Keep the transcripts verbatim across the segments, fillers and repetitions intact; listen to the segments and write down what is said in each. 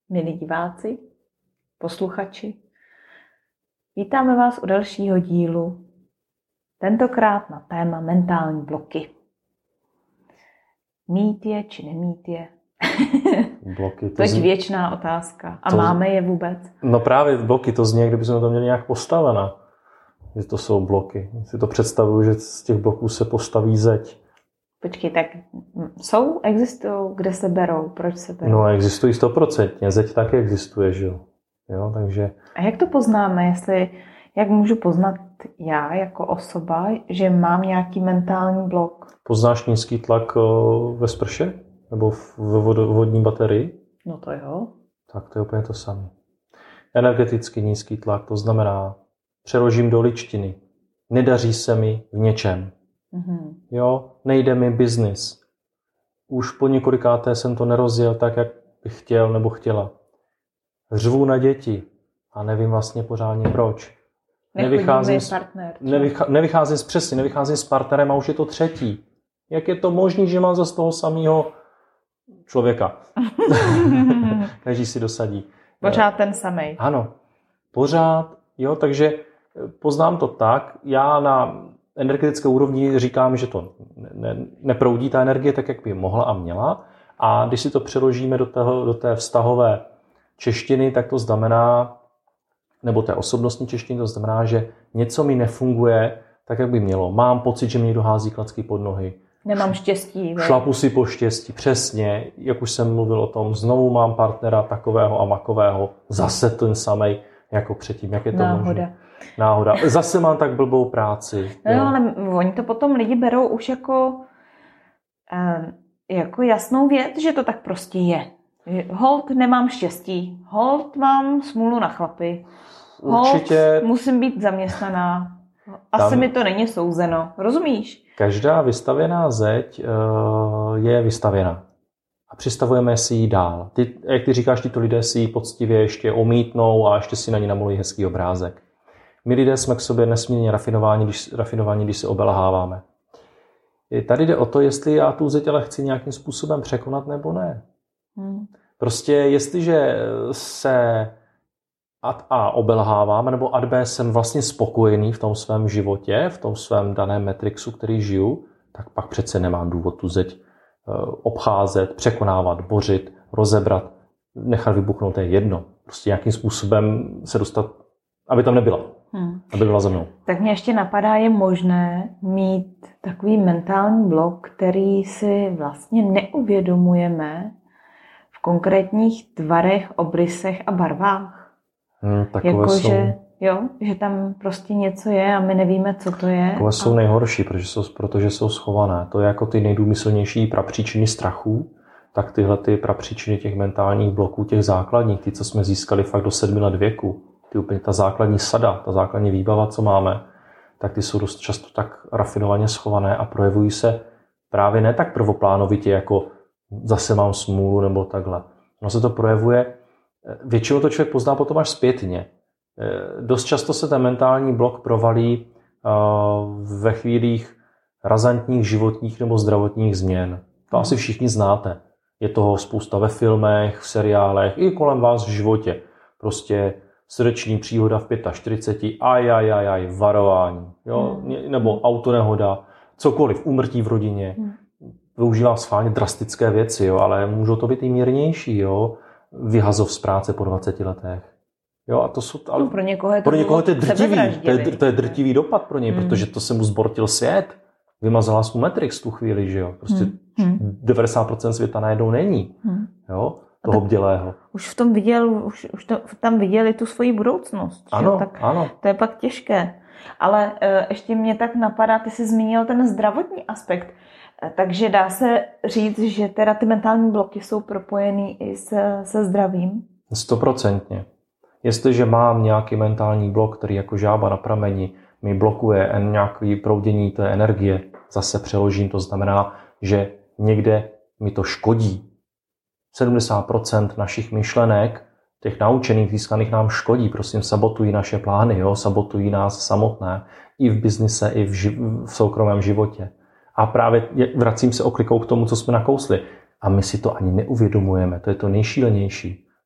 Milí diváci, posluchači, vítáme vás u dalšího dílu, tentokrát na téma mentální bloky. Mít je či nemít je? Bloky, to, to je zní... věčná otázka. A to... máme je vůbec? No právě bloky, to zní, kdybychom to měli nějak postavena. Že to jsou bloky. Si to představuju, že z těch bloků se postaví zeď. Počkej, tak jsou, existují, kde se berou, proč se berou? No existují stoprocentně, zeď taky existuje, že jo. jo takže... A jak to poznáme, jestli, jak můžu poznat já jako osoba, že mám nějaký mentální blok? Poznáš nízký tlak ve sprše? Nebo ve vodní baterii? No to jo. Tak to je úplně to samé. Energeticky nízký tlak, to znamená, přeložím do ličtiny, nedaří se mi v něčem. Mm-hmm. Jo, nejde mi biznis. Už po několikáté jsem to nerozjel tak, jak bych chtěl nebo chtěla. Řvu na děti a nevím vlastně pořádně proč. Nevycházím z partner. Nevychá, nevycházím z přesně, nevycházím s partnerem a už je to třetí. Jak je to možné, že mám za toho samého člověka? Každý si dosadí. Pořád ten samej. Ano, pořád, jo, takže poznám to tak, já na energetické úrovni říkám, že to ne, ne, neproudí ta energie tak, jak by mohla a měla, a když si to přeložíme do, toho, do té vztahové češtiny, tak to znamená, nebo té osobnostní češtiny, to znamená, že něco mi nefunguje tak, jak by mělo. Mám pocit, že mi někdo hází klacky pod nohy. Nemám štěstí. Ve? Šlapu si po štěstí, přesně, jak už jsem mluvil o tom, znovu mám partnera takového a makového, zase ten samej jako předtím, jak je to Náhoda. možné. Náhoda. Zase mám tak blbou práci. No jo, ale oni to potom lidi berou už jako, eh, jako jasnou věc, že to tak prostě je. Hold, nemám štěstí. Hold, mám smůlu na chlapy. Hold, Určitě musím být zaměstnaná. Asi mi to není souzeno. Rozumíš? Každá vystavěná zeď uh, je vystavěna. A přistavujeme si ji dál. Ty, jak ty říkáš, tyto lidé si ji poctivě ještě omítnou a ještě si na ní namluví hezký obrázek. My lidé jsme k sobě nesmírně rafinováni, když, rafinováni, když se obelháváme. Tady jde o to, jestli já tu zeď ale chci nějakým způsobem překonat nebo ne. Hmm. Prostě jestliže se ad A obelháváme, nebo ad B jsem vlastně spokojený v tom svém životě, v tom svém daném matrixu, který žiju, tak pak přece nemám důvod tu zeď obcházet, překonávat, bořit, rozebrat, nechat vybuchnout, to je jedno. Prostě nějakým způsobem se dostat, aby tam nebyla. Hmm. Aby byla za mnou. Tak mě ještě napadá, je možné mít takový mentální blok, který si vlastně neuvědomujeme v konkrétních tvarech, obrysech a barvách. Hmm, takové jako, jsou... že, jo, že tam prostě něco je a my nevíme, co to je. Takové a... jsou nejhorší, protože jsou, protože jsou schované. To je jako ty nejdůmyslnější prapříčiny strachů, tak tyhle ty prapříčiny těch mentálních bloků, těch základních, ty, co jsme získali fakt do sedmi let věku, ty úplně ta základní sada, ta základní výbava, co máme, tak ty jsou dost často tak rafinovaně schované a projevují se právě ne tak prvoplánovitě, jako zase mám smůlu nebo takhle. Ono se to projevuje, většinou to člověk pozná potom až zpětně. Dost často se ten mentální blok provalí ve chvílích razantních životních nebo zdravotních změn. To asi všichni znáte. Je toho spousta ve filmech, v seriálech i kolem vás v životě. Prostě srdeční příhoda v čtyřiceti pěti, aj, aj, aj, aj, varování. Jo? Hmm. Nebo autonehoda, cokoliv, úmrtí v rodině. Hmm. Využívám schválně drastické věci, jo? Ale můžou to být i mírnější. Jo? Vyhazov z práce po dvaceti letech. Jo, a to jsou, ale no, pro někoho je to, pro někoho to je drtivý, to je, to je drtivý dopad pro něj, hmm. protože to se mu zbortil svět. Vymazala mu Matrix v tu chvíli, že jo. Prostě hmm. devadesát procent světa najednou není. Hmm. Jo, toho bdělého. Už v tom viděl, už, už to, tam viděli tu svoji budoucnost. Ano, tak ano. To je pak těžké. Ale e, ještě mě tak napadá, ty jsi zmínil ten zdravotní aspekt. E, takže dá se říct, že teda ty mentální bloky jsou propojený i se, se zdravím? Stoprocentně. Jestliže mám nějaký mentální blok, který jako žába na prameni mi blokuje nějaké proudění té energie, zase přeložím, to znamená, že někde mi to škodí. sedmdesát procent našich myšlenek, těch naučených, získaných nám škodí, prosím, sabotují naše plány, jo? Sabotují nás samotné, i v biznise, i v, ži- v soukromém životě. A právě vracím se oklikou k tomu, co jsme nakousli. A my si to ani neuvědomujeme, to je to nejšílenější.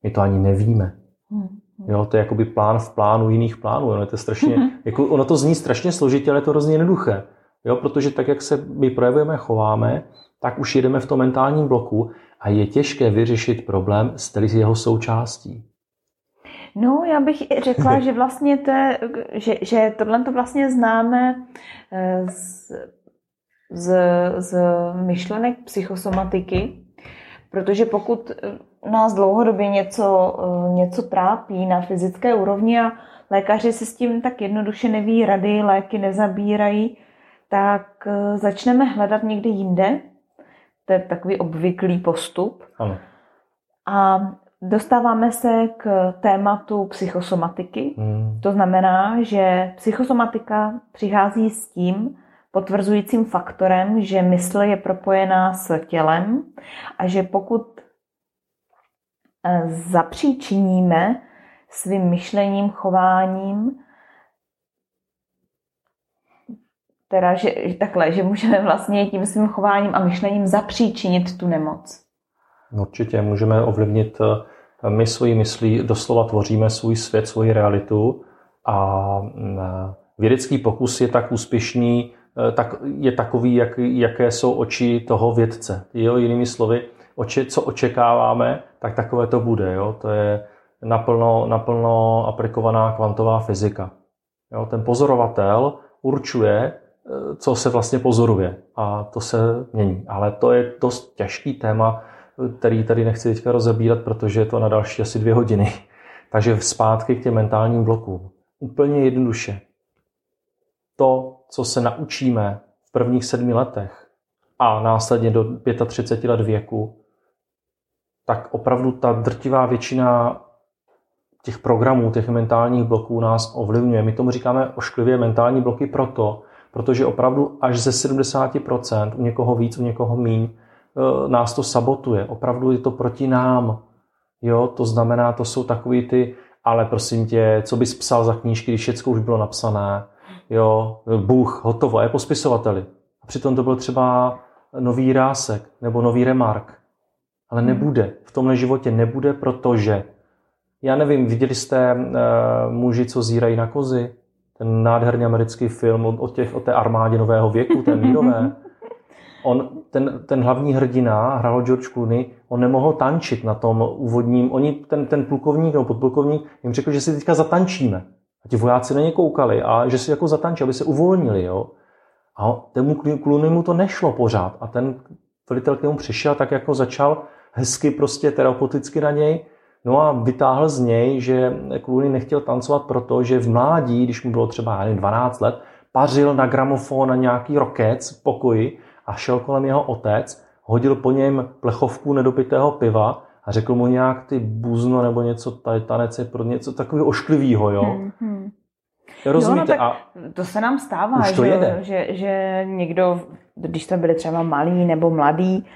My to ani nevíme. Jo, to je jakoby plán v plánu jiných plánů. Ono, je to strašně, jako, ono to zní strašně složitě, ale je to hrozně jednoduché. Jo, protože tak, jak se my projevujeme, chováme, tak už jedeme v tom mentálním bloku a je těžké vyřešit problém s celý jeho součástí. No, já bych řekla, že vlastně to, že, že tohle to vlastně známe z, z, z myšlenek psychosomatiky, protože pokud nás dlouhodobě něco, něco trápí na fyzické úrovni a lékaři se s tím tak jednoduše neví rady, léky nezabírají, tak začneme hledat někde jinde. To je takový obvyklý postup. Ano. A dostáváme se k tématu psychosomatiky. Hmm. To znamená, že psychosomatika přichází s tím potvrzujícím faktorem, že mysl je propojená s tělem a že pokud zapříčiníme svým myšlením, chováním, teda, že, takhle, že můžeme vlastně tím svým chováním a myšlením zapříčinit tu nemoc. Určitě můžeme ovlivnit, my svojí myslí doslova tvoříme svůj svět, svoji realitu a vědecký pokus je tak úspěšný, tak je takový, jak, jaké jsou oči toho vědce. Jo, jinými slovy, oči, co očekáváme, tak takové to bude. Jo? To je naplno, naplno aplikovaná kvantová fyzika. Jo? Ten pozorovatel určuje, co se vlastně pozoruje a to se mění. Ale to je dost těžký téma, který tady nechci teďka rozebírat, protože je to na další asi dvě hodiny. Takže zpátky k těm mentálním blokům. Úplně jednoduše. To, co se naučíme v prvních sedmi letech a následně do třiceti pěti let věku, tak opravdu ta drtivá většina těch programů, těch mentálních bloků nás ovlivňuje. My tomu říkáme ošklivě mentální bloky proto, protože opravdu až ze sedmdesát procent, u někoho víc, u někoho míň, nás to sabotuje. Opravdu je to proti nám. Jo, to znamená, to jsou takový ty, ale prosím tě, co bys psal za knížky, když všechno už bylo napsané. Jo, Bůh, hotovo, je po spisovateli. A přitom to byl třeba nový Rásek nebo nový Remark. Ale nebude. V tomhle životě nebude, protože já nevím, viděli jste uh, Muži, co zírají na kozy? Ten nádherný americký film o, těch, o té armádě nového věku, té mírové. On, ten, ten hlavní hrdina, hrál George Clooney, on nemohl tančit na tom úvodním. Oni, ten, ten plukovník nebo podplukovník jim řekl, že si teďka zatančíme. A ti vojáci na ně koukali a že si jako zatančí, aby se uvolnili. Jo? A tému Clooneymu to nešlo pořád. A ten velitel k němu přišel, tak jako začal hezky prostě terapeuticky na něj. No a vytáhl z něj, že Clooney nechtěl tancovat proto, že v mládí, když mu bylo třeba dvanáct let, pařil na gramofon na nějaký rokec v pokoji a šel kolem jeho otec, hodil po něm plechovku nedopitého piva a řekl mu nějak ty buzno nebo něco, tady tanec je pro něco takového ošklivýho, jo. Hmm, hmm. Rozumíte? Jo, no, tak to se nám stává, že, že, že někdo, když jsme byli třeba malí nebo mladí,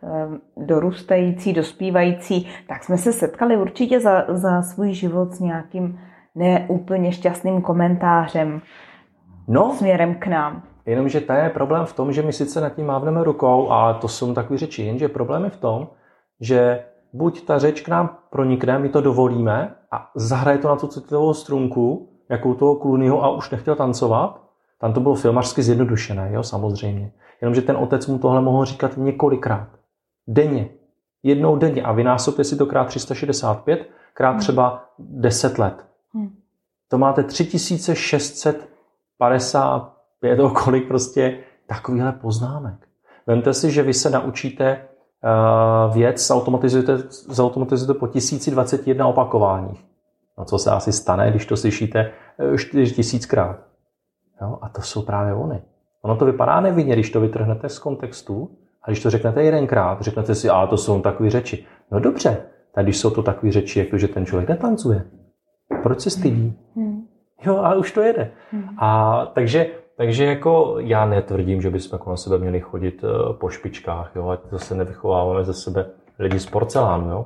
dorůstající, dospívající, tak jsme se setkali určitě za, za svůj život s nějakým neúplně šťastným komentářem no, směrem k nám. Jenomže to je problém v tom, že my sice nad tím mávneme rukou a to jsou takové řeči, jenže problém je v tom, že buď ta řeč k nám pronikne, my to dovolíme a zahraje to na tu citlivou strunku, jakou toho Clooneyho a už nechtěl tancovat. Tam to bylo filmařsky zjednodušené, jo, samozřejmě. Jenomže ten otec mu tohle mohl říkat několikrát. Denně. Jednou denně. A vynásobte si to krát tři sta šedesát pět, krát třeba deset let. Hmm. To máte tři tisíce šest set padesát pět, kolik prostě takovýhle poznámek. Vemte si, že vy se naučíte uh, věc, zautomatizujete, zautomatizujete po tisíci dvacet jedna opakováních. No co se asi stane, když to slyšíte čtyři tisíckrát. Jo? A to jsou právě ony. Ono to vypadá nevinně, když to vytrhnete z kontextu a když to řeknete jedenkrát, řeknete si, a to jsou takové řeči. No dobře, tak když jsou to takové řeči, jak to, že ten člověk netancuje. Proč se stydí? Hmm. Jo, ale už to jede. Hmm. A takže, takže jako já netvrdím, že bychom kolem sebe měli chodit po špičkách, jo, ať zase nevychováváme ze sebe lidi z porcelánu, jo.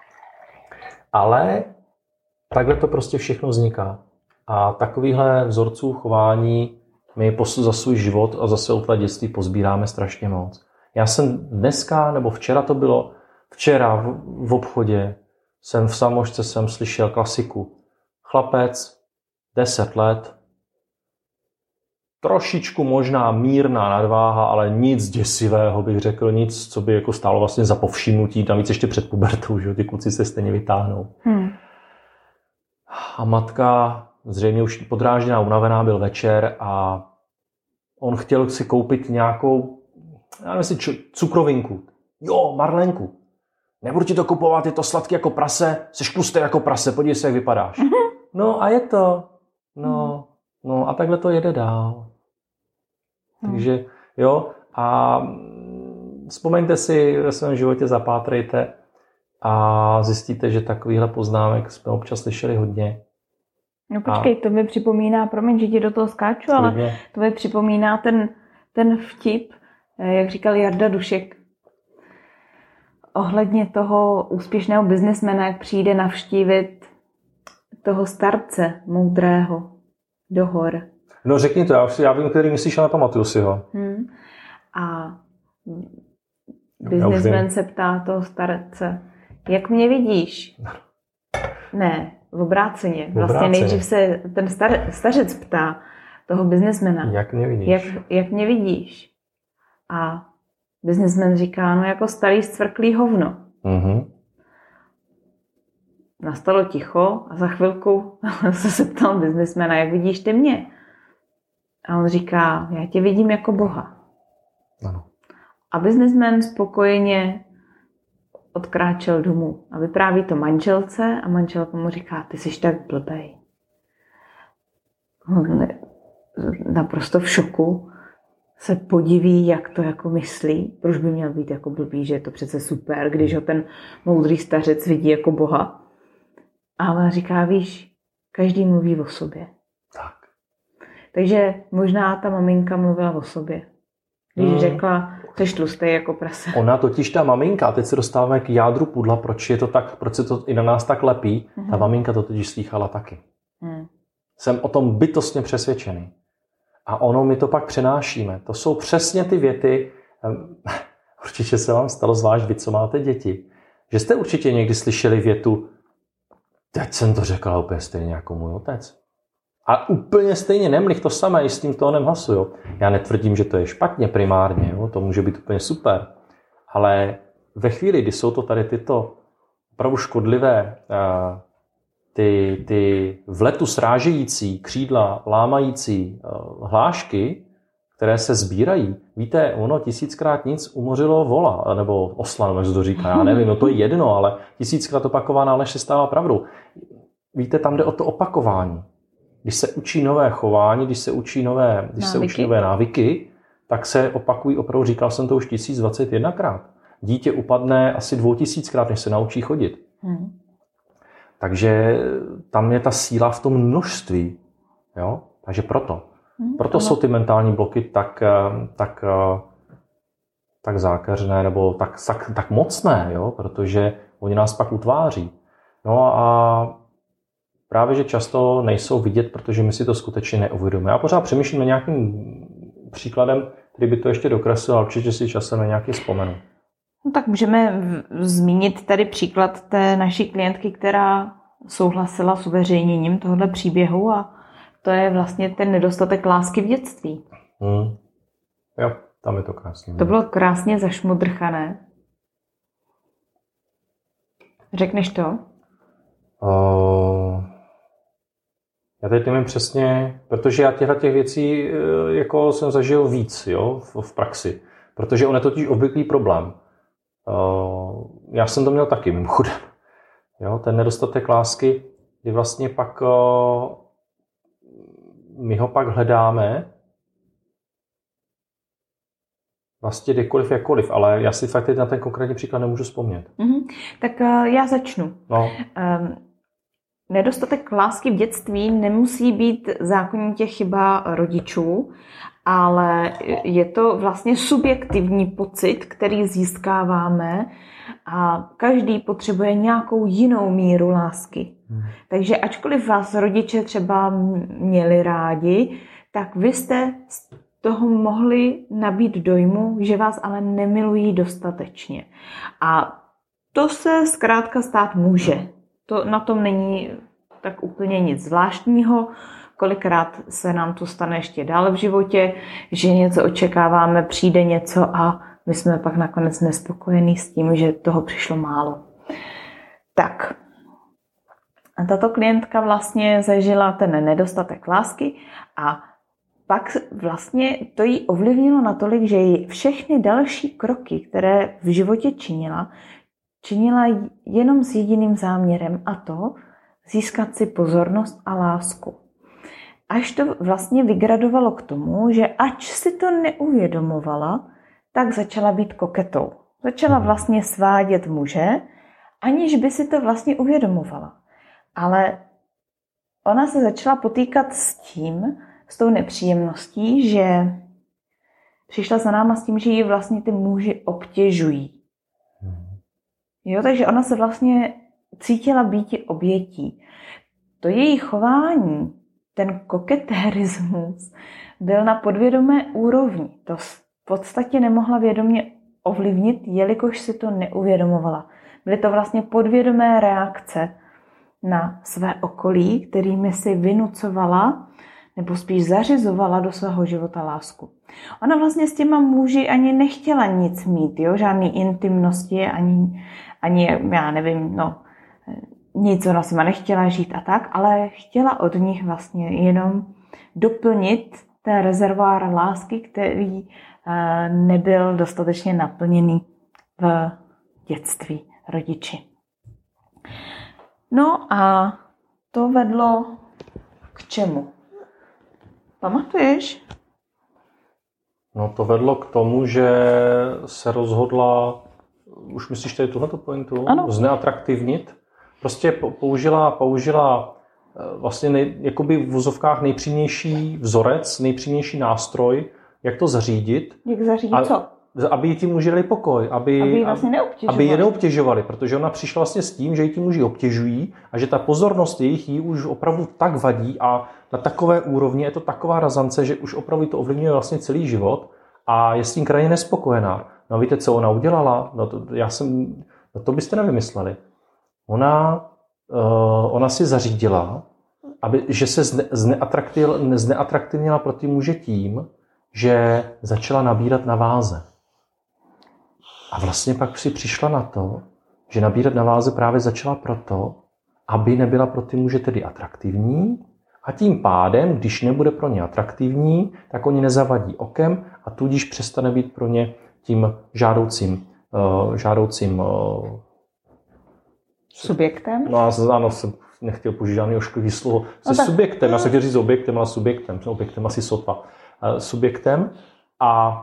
Ale takhle to prostě všechno vzniká. A takovýhle vzorců chování my za svůj život a za své útlé dětství pozbíráme strašně moc. Já jsem dneska, nebo včera to bylo, včera v, v obchodě jsem v Samošce jsem slyšel klasiku. Chlapec, deset let, trošičku možná mírná nadváha, ale nic děsivého, bych řekl, nic, co by jako stálo vlastně za povšimnutí, navíc ještě před pubertou, že ty kluci se stejně vytáhnou. Hmm. A matka, zřejmě už podrážděná, unavená, byl večer a on chtěl si koupit nějakou, já nevím, jestli cukrovinku. Jo, marlenku. Nebudu ti to kupovat, je to sladký jako prase, seš tlustý jako prase, podívej se, jak vypadáš. No a je to. No, no a takhle to jede dál. Takže jo, a vzpomeňte si, ve svém životě zapátrejte a zjistíte, že takovýhle poznámek jsme občas slyšeli hodně. No počkej, a... to mi připomíná, promiň, že ti do toho skáču, ale Klidně. To mi připomíná ten, ten vtip, jak říkal Jarda Dušek, ohledně toho úspěšného biznesmena, jak přijde navštívit toho starce moudrého do hor. No řekni to, já, já vím, který myslíš, ale pamatuju si ho. Hmm. A biznesmen se ptá toho starce, jak mě vidíš? Ne, v obráceně. Vlastně obráceně. Nejdřív se ten star, stařec ptá toho biznesmena. Jak mě vidíš? Jak, jak mě vidíš? A biznesmen říká, no jako starý zcvrklý hovno. Mm-hmm. Nastalo ticho a za chvilku se zeptal biznesmena, jak vidíš ty mě? A on říká, já tě vidím jako Boha. Ano. A biznesmen spokojeně odkráčel domů. A vypráví to manželce a manželka mu říká, ty jsi tak blbej. On naprosto v šoku se podiví, jak to jako myslí. Proč by měl být jako blbý, že je to přece super, když ho ten moudrý stařec vidí jako Boha. A ona říká, víš, každý mluví o sobě. Tak. Takže možná ta maminka mluvila o sobě. Když hmm. řekla, jsi tlustý jako prase. Ona totiž ta maminka, teď se dostáváme k jádru pudla, proč je to tak, proč se to i na nás tak lepí, hmm. ta maminka to totiž slýchala taky. Hmm. Jsem o tom bytostně přesvědčený. A ono my to pak přenášíme. To jsou přesně ty věty, určitě se vám stalo, zvlášť vy, co máte děti, že jste určitě někdy slyšeli větu, teď jsem to řekla úplně stejně jako můj otec. A úplně stejně nemlich to samé i s tím tónem hlasu. Jo. Já netvrdím, že to je špatně primárně, jo. To může být úplně super. Ale ve chvíli, kdy jsou to tady tyto opravdu škodlivé, ty, ty v letu srážející, křídla lámající hlášky, které se sbírají, víte, ono tisíckrát nic umořilo vola, nebo osla, nebo jak se to říká, já nevím, no to je jedno, ale tisíckrát opakovaná lež se stává pravdou. Víte, tam jde o to opakování. Když se učí nové chování, když se učí nové, když se učí nové návyky, tak se opakují, opravdu říkal jsem to už tisíc dvacet jedna krát. Dítě upadne asi dvoutisíckrát, než se naučí chodit. Hmm. Takže tam je ta síla v tom množství. Jo? Takže proto. Hmm, proto jsou ty mentální bloky tak, tak, tak zákeřné nebo tak, tak, tak mocné, jo? Protože oni nás pak utváří. No a právě, že často nejsou vidět, protože my si to skutečně neuvědomíme. Já pořád přemýšlím na nějakým příkladem, který by to ještě dokreslil, ale určitě si časem na nějaký vzpomenu. No tak můžeme zmínit tady příklad té naší klientky, která souhlasila s uveřejněním tohoto příběhu a to je vlastně ten nedostatek lásky v dětství. Hmm. Jo, tam je to krásně. To bylo krásně zašmudrchané. Řekneš to? Uh... Já teď nevím přesně, protože já těchto těch věcí jako jsem zažil víc, jo, v, v praxi. Protože on je totiž obvyklý problém. Uh, já jsem to měl taky, mimochodem. Jo, ten nedostatek lásky, kdy vlastně pak uh, my ho pak hledáme vlastně kdekoliv, jakkoliv, ale já si fakt teď na ten konkrétní příklad nemůžu vzpomnět. Mm-hmm. Tak uh, já začnu. No. Um, Nedostatek lásky v dětství nemusí být zákonitě chyba rodičů, ale je to vlastně subjektivní pocit, který získáváme a každý potřebuje nějakou jinou míru lásky. Hmm. Takže ačkoliv vás rodiče třeba měli rádi, tak vy jste z toho mohli nabít dojmu, že vás ale nemilují dostatečně. A to se zkrátka stát může. To na tom není tak úplně nic zvláštního. Kolikrát se nám to stane ještě dál v životě, že něco očekáváme, přijde něco a my jsme pak nakonec nespokojení s tím, že toho přišlo málo. Tak. A tato klientka vlastně zažila ten nedostatek lásky a pak vlastně to jí ovlivnilo natolik, že jí všechny další kroky, které v životě činila, činila jenom s jediným záměrem, a to získat si pozornost a lásku. Až to vlastně vygradovalo k tomu, že ač si to neuvědomovala, tak začala být koketou. Začala vlastně svádět muže, aniž by si to vlastně uvědomovala. Ale ona se začala potýkat s tím, s tou nepříjemností, že přišla za náma s tím, že ji vlastně ty muži obtěžují. Jo, takže ona se vlastně cítila býti obětí. To její chování, ten koketérismus, byl na podvědomé úrovni. To v podstatě nemohla vědomě ovlivnit, jelikož si to neuvědomovala. Byly to vlastně podvědomé reakce na své okolí, kterými si vynucovala nebo spíš zařizovala do svého života lásku. Ona vlastně s těma muži ani nechtěla nic mít, jo? Žádný intimnosti, ani, ani, já nevím, no, nic ona si ma nechtěla žít a tak, ale chtěla od nich vlastně jenom doplnit ten rezervoár lásky, který nebyl dostatečně naplněný v dětství rodiči. No a to vedlo k čemu? Pamatuješ? No to vedlo k tomu, že se rozhodla, už myslíš tady tuhleto pointu? Ano. Zneatraktivnit. Prostě použila, použila vlastně nej, jakoby v vozovkách nejpřímější vzorec, nejpřímější nástroj, jak to zařídit. Jak zařídit a, co? Aby jí ti muži dali pokoj. Aby, aby ji vlastně neobtěžovali. Aby je neobtěžovali, protože ona přišla vlastně s tím, že ji ti muži obtěžují a že ta pozornost jejich jí už opravdu tak vadí a na takové úrovni je to taková razance, že už opravdu to ovlivňuje vlastně celý život a je s tím krajně nespokojená. No a víte, co ona udělala? No to, já jsem, no to byste nevymysleli. Ona, uh, ona si zařídila, aby, že se zne, zneatraktiv, zneatraktivnila pro ty muže tím, že začala nabírat na váze. A vlastně pak si přišla na to, že nabírat na váze právě začala proto, aby nebyla pro ty muže tedy atraktivní a tím pádem, když nebude pro ně atraktivní, tak oni nezavadí okem a tudíž přestane být pro ně tím žádoucím, uh, žádoucím uh, subjektem? No ano, jsem nechtěl použít žádný ošklivý slovo. Se no tak... subjektem, já jsem chtěl říct objektem, ale subjektem, objektem asi sotva. Uh, subjektem a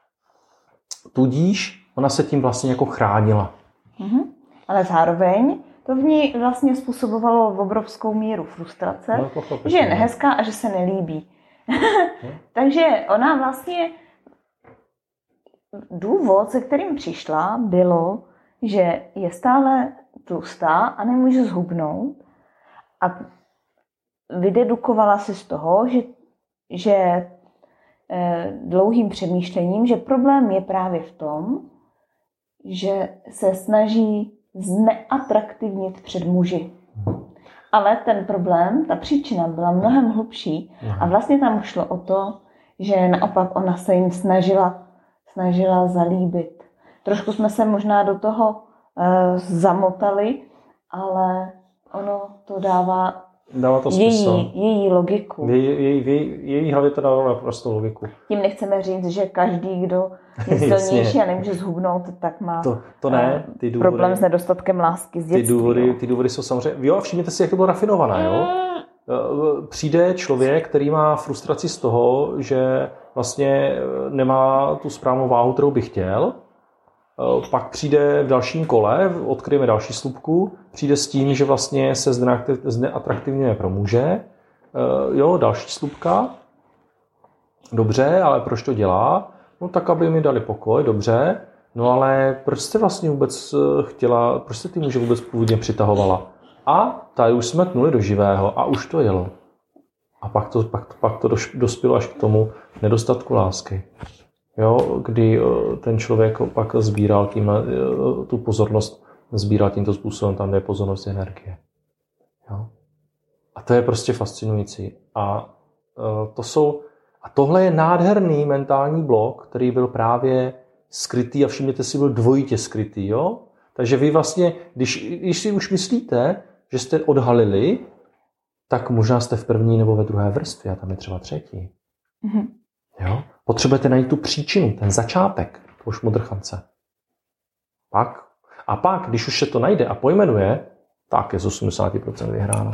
tudíž ona se tím vlastně jako chránila. Mm-hmm. Ale zároveň to v ní vlastně způsobovalo obrovskou míru frustrace, no, že je nehezká a že se nelíbí. No. Takže ona vlastně důvod, se kterým přišla, bylo, že je stále tlustá a nemůže zhubnout a vydedukovala si z toho, že, že dlouhým přemýšlením, že problém je právě v tom, že se snaží zneatraktivnit před muži. Ale ten problém, ta příčina byla mnohem hlubší a vlastně tam šlo o to, že naopak ona se jim snažila, snažila zalíbit. Trošku jsme se možná do toho uh, zamotali, ale ono to dává Dává to její, její logiku. Její, její, její, její hlavě to dává naprosto logiku. Tím nechceme říct, že každý, kdo je silnější a nemůže zhubnout, tak má to, to ne, ty důvody, problém s nedostatkem lásky z dětství. Ty důvody, ty důvody jsou samozřejmě... Jo, všimněte si, jak to bylo rafinované. Jo? Přijde člověk, který má frustraci z toho, že vlastně nemá tu správnou váhu, kterou by chtěl. Pak přijde v dalším kole, odkryjeme další slupku, přijde s tím, že vlastně se zneatraktivňuje pro muže. Jo, další slupka. Dobře, ale proč to dělá? No tak, aby mi dali pokoj, dobře. No ale proč jste vlastně vůbec chtěla, proč jste ty muže vůbec původně přitahovala? A tady už jsme tnuli do živého a už to jelo. A pak to, pak, pak to dospělo až k tomu nedostatku lásky. Jo, kdy ten člověk pak sbíral tím tu pozornost sbíral tímto způsobem tam, kde je pozornost energie. Jo? A to je prostě fascinující. A, uh, to jsou, a tohle je nádherný mentální blok, který byl právě skrytý a všimněte si, byl dvojitě skrytý. Jo? Takže vy vlastně, když, když si už myslíte, že jste odhalili, tak možná jste v první nebo ve druhé vrstvě a tam je třeba třetí. Mm-hmm. Jo? Potřebujete najít tu příčinu, ten začátek toho šmudrchance. Pak, a pak, když už se to najde a pojmenuje, tak je z osmdesát procent vyhráno.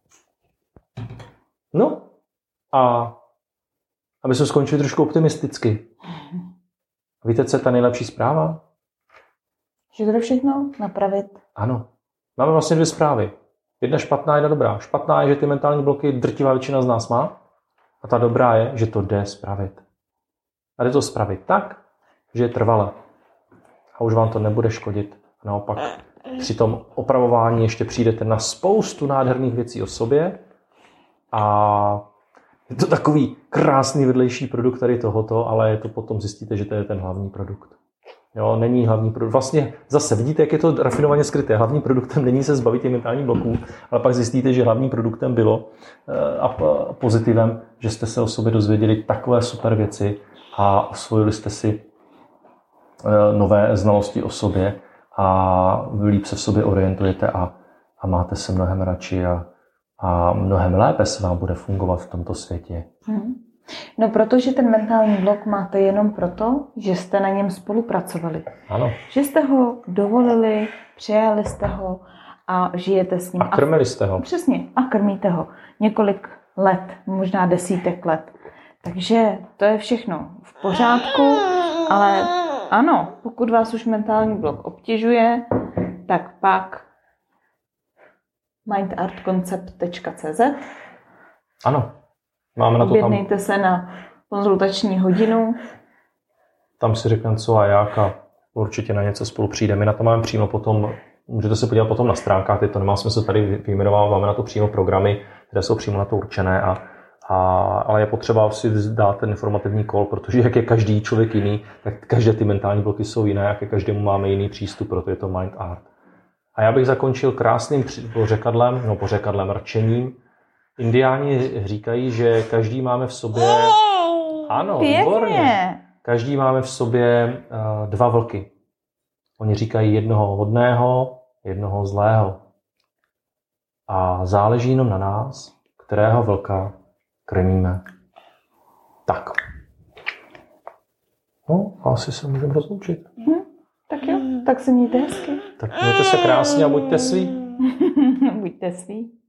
No a aby jsme skončili trošku optimisticky. Víte, co je ta nejlepší zpráva? Že to jde všechno napravit. Ano. Máme vlastně dvě zprávy. Jedna špatná, jedna dobrá. Špatná je, že ty mentální bloky drtivá většina z nás má. A ta dobrá je, že to jde spravit. A jde to spravit tak, že je trvalé. A už vám to nebude škodit. A naopak při tom opravování ještě přijdete na spoustu nádherných věcí o sobě. A je to takový krásný vedlejší produkt tady tohoto, ale je to potom zjistíte, že to je ten hlavní produkt. Jo, není hlavní produkt. Vlastně zase vidíte, jak je to rafinovaně skryté. Hlavním produktem není se zbavit těch mentálních bloků, ale pak zjistíte, že hlavním produktem bylo a pozitivem, že jste se o sobě dozvěděli takové super věci a osvojili jste si nové znalosti o sobě a líp se v sobě orientujete a, a máte se mnohem radši a, a mnohem lépe se vám bude fungovat v tomto světě. Hmm. No, protože ten mentální blok máte jenom proto, že jste na něm spolupracovali. Ano. Že jste ho dovolili, přijali jste ho a žijete s ním. A krmili jste ho. Přesně. A krmíte ho několik let, možná desítek let. Takže to je všechno v pořádku, ale ano, pokud vás už mentální blok obtěžuje, tak pak mind art concept tečka cé zet. Ano. Máme na to tam... Objednejte se na konzultační hodinu. Tam si řekneme co a jak a určitě na něco spolu přijde. My na to máme přímo potom, můžete se podívat potom na stránkách, teď to nemá smysl tady vyjmenovat, máme na to přímo programy, které jsou přímo na to určené, a, a, ale je potřeba si dát ten informativní call, protože jak je každý člověk jiný, tak každé ty mentální bloky jsou jiné, jak je každému máme jiný přístup, proto je to Mind Art. A já bych zakončil krásným pořekadlem, no pořekadlem, rčením. Indiáni říkají, že každý máme v sobě... Ano, výborně. Každý máme v sobě uh, dva vlky. Oni říkají jednoho hodného, jednoho zlého. A záleží jenom na nás, kterého vlka krmíme. Tak. No, asi se můžeme rozloučit. Hmm, tak jo, tak se mějte hezky. Tak mějte se krásně a buďte svý. Buďte svý.